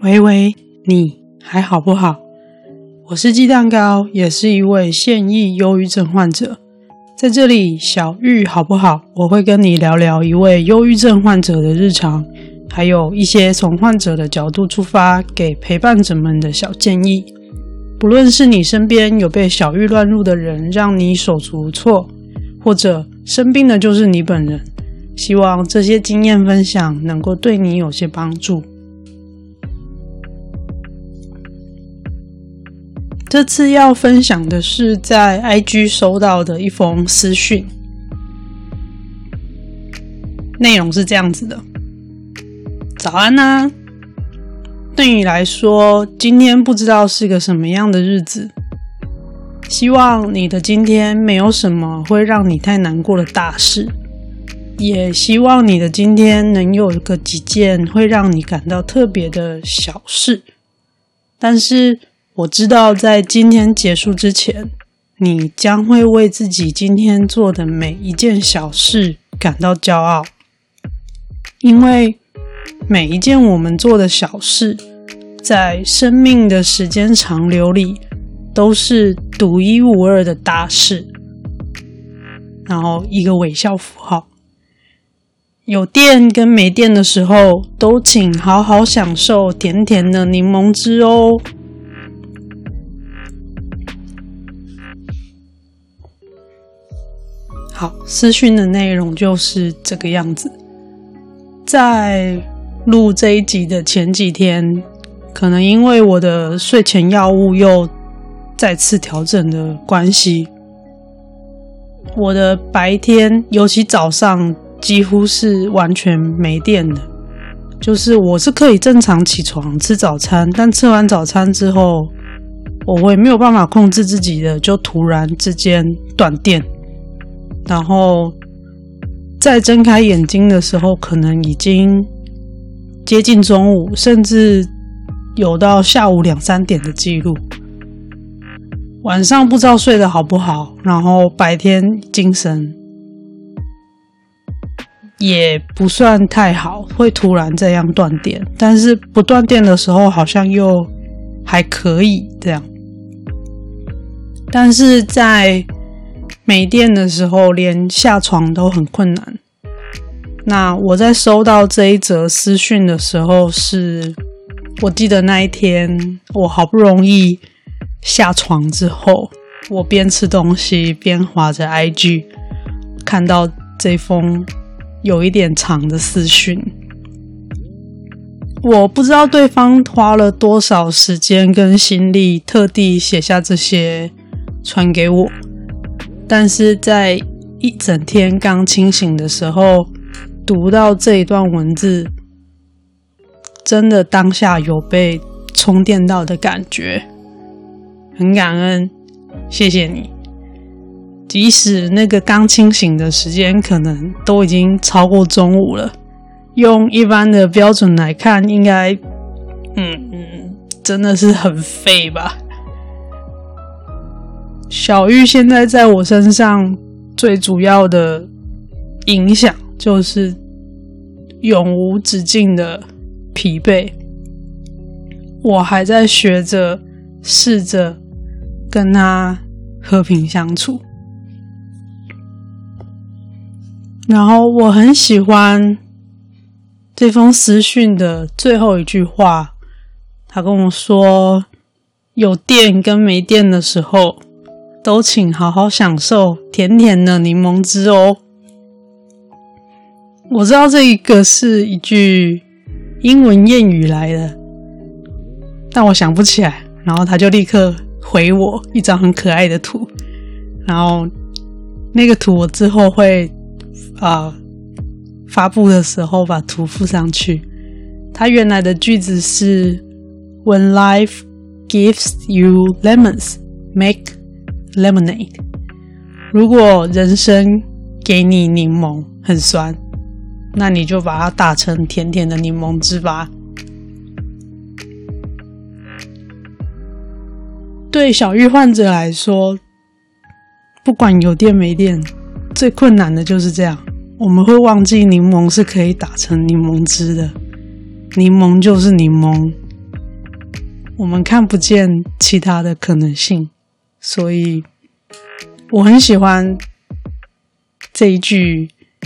喂喂，你还好不好？我是鸡蛋糕，也是一位现役忧郁症患者。在这里，小玉好不好？我会跟你聊聊一位忧郁症患者的日常，还有一些从患者的角度出发，给陪伴者们的小建议。不论是你身边有被小玉乱入的人，让你手足无措，或者生病的就是你本人，希望这些经验分享能够对你有些帮助。这次要分享的是在 IG 收到的一封私讯，内容是这样子的：早安啊，对你来说，今天不知道是个什么样的日子，希望你的今天没有什么会让你太难过的大事，也希望你的今天能有个几件会让你感到特别的小事，但是我知道在今天结束之前，你将会为自己今天做的每一件小事感到骄傲，因为每一件我们做的小事，在生命的时间长流里都是独一无二的大事。然后一个微笑符号。有电跟没电的时候，都请好好享受甜甜的柠檬汁哦。好，私讯的内容就是这个样子。在录这一集的前几天，可能因为我的睡前药物又再次调整的关系，我的白天尤其早上几乎是完全没电的，就是我是可以正常起床吃早餐，但吃完早餐之后，我会没有办法控制自己的，就突然之间断电，然后再睁开眼睛的时候，可能已经接近中午，甚至有到下午2-3点的记录。晚上不知道睡得好不好，然后白天精神也不算太好，会突然这样断电，但是不断电的时候好像又还可以这样。但是在没电的时候，连下床都很困难。那我在收到这一则私讯的时候，我记得那一天我好不容易下床之后，我边吃东西边滑着 IG， 看到这封有一点长的私讯。我不知道对方花了多少时间跟心力特地写下这些传给我，但是在一整天刚清醒的时候读到这一段文字，真的当下有被充电到的感觉，很感恩，谢谢你。即使那个刚清醒的时间可能都已经超过中午了，用一般的标准来看，应该真的是很废吧。小玉现在在我身上最主要的影响就是永无止境的疲惫，我还在学着试着跟他和平相处。然后我很喜欢这封私讯的最后一句话，他跟我说，有电跟没电的时候，都请好好享受甜甜的柠檬汁哦。我知道这一个是一句英文谚语来的，但我想不起来，然后他就立刻回我一张很可爱的图，然后那个图我之后会发布的时候把图附上去。他原来的句子是 When life gives you lemons, make lemonade。 如果人生给你柠檬很酸，那你就把它打成甜甜的柠檬汁吧。对小玉患者来说，不管有电没电，最困难的就是这样，我们会忘记柠檬是可以打成柠檬汁的，柠檬就是柠檬， 我们看不见其他的可能性，所以我很喜欢这一句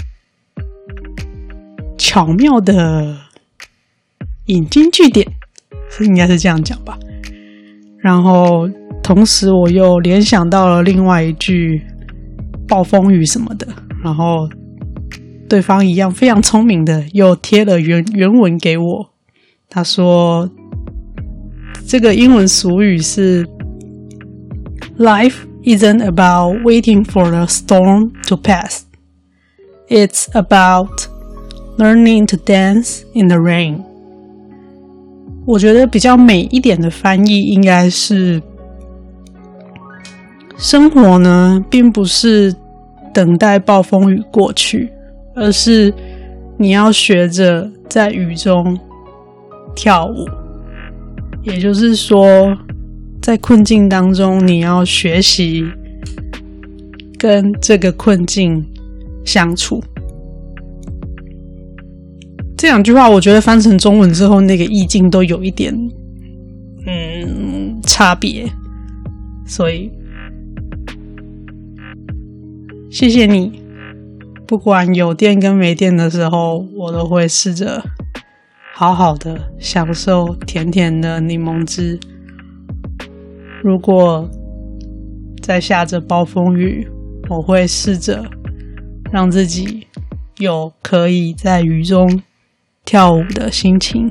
巧妙的引经据典，应该是这样讲吧。然后同时我又联想到了另外一句暴风雨什么的，然后对方一样非常聪明的又贴了原文给我。他说这个英文俗语是 Life isn't about waiting for the storm to pass. It's about learning to dance in the rain. 我觉得比较美一点的翻译应该是生活呢并不是等待暴风雨过去，而是你要学着在雨中跳舞。也就是说在困境当中你要学习跟这个困境相处。这两句话我觉得翻成中文之后那个意境都有一点差别，所以谢谢你，不管有电跟没电的时候我都会试着好好的享受甜甜的柠檬汁。如果在下着暴风雨，我会试着让自己有可以在雨中跳舞的心情。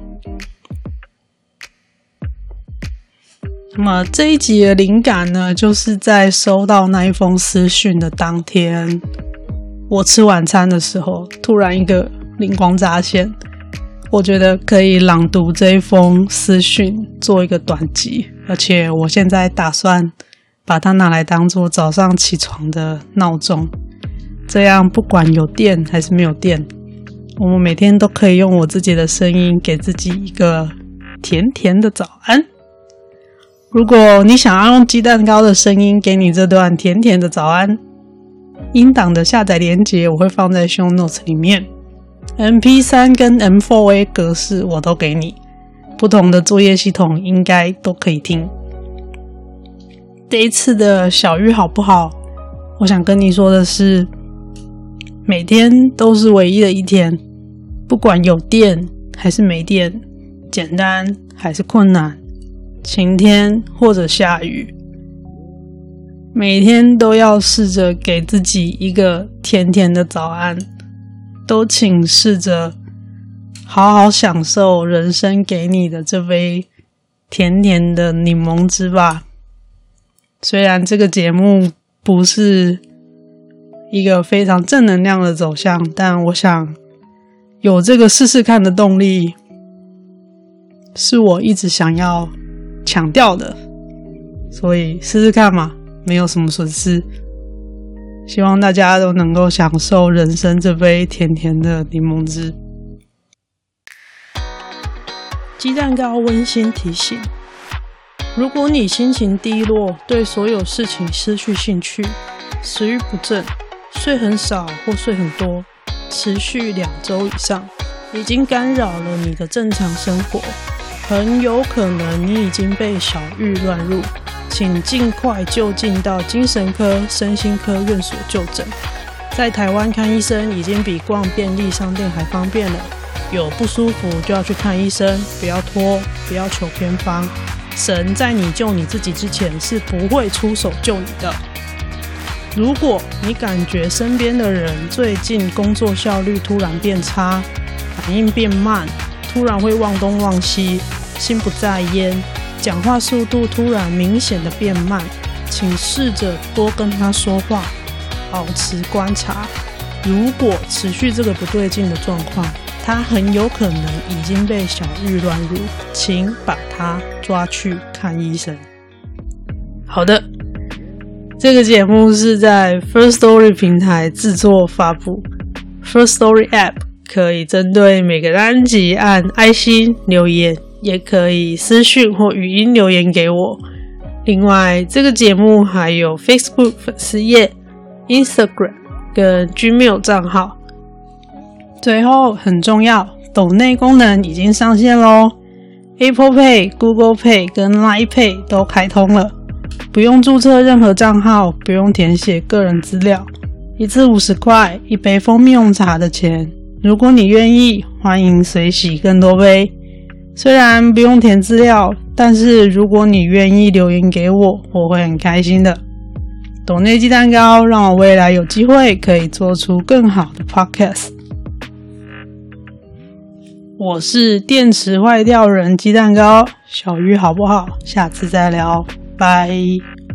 那么这一集的灵感呢，就是在收到那一封私讯的当天，我吃晚餐的时候突然一个灵光乍现，我觉得可以朗读这一封私讯做一个短集，而且我现在打算把它拿来当作早上起床的闹钟，这样不管有电还是没有电，我们每天都可以用我自己的声音给自己一个甜甜的早安。如果你想要用鸡蛋糕的声音给你这段甜甜的早安，音档的下载连结我会放在 show notes 里面， MP3 跟 M4A 格式我都给你，不同的作业系统应该都可以听。这一次的小玉好不好，我想跟你说的是，每天都是唯一的一天，不管有电还是没电，简单还是困难，晴天或者下雨，每天都要试着给自己一个甜甜的早安，都请试着好好享受人生给你的这杯甜甜的柠檬汁吧。虽然这个节目不是一个非常正能量的走向，但我想有这个试试看的动力是我一直想要强调的，所以试试看嘛，没有什么损失。希望大家都能够享受人生这杯甜甜的柠檬汁。鸡蛋糕温馨提醒，如果你心情低落，对所有事情失去兴趣，食欲不振，睡很少或睡很多，持续2周以上，已经干扰了你的正常生活，很有可能你已经被小玉乱入，请尽快就近到精神科、身心科院所就诊。在台湾看医生已经比逛便利商店还方便了，有不舒服就要去看医生，不要拖，不要求偏方。神在你救你自己之前是不会出手救你的。如果你感觉身边的人最近工作效率突然变差，反应变慢，突然会忘东忘西，心不在焉，讲话速度突然明显的变慢，请试着多跟他说话，保持观察。如果持续这个不对劲的状况，他很有可能已经被小玉乱入，请把他抓去看医生。好的，这个节目是在 Firstory 平台制作发布， Firstory App 可以针对每个单集按爱心留言，也可以私讯或语音留言给我。另外这个节目还有 Facebook 粉丝页、 Instagram 跟 Gmail 账号。最后很重要，抖内功能已经上线咯， Apple Pay、Google Pay 跟 Line Pay 都开通了，不用注册任何账号，不用填写个人资料，一次50块，一杯蜂蜜红茶的钱。如果你愿意，欢迎随喜更多杯。虽然不用填资料，但是如果你愿意留言给我，我会很开心的。抖内鸡蛋糕让我未来有机会可以做出更好的 podcast。我是电池坏掉人鸡蛋糕，小鱼好不好？下次再聊，拜。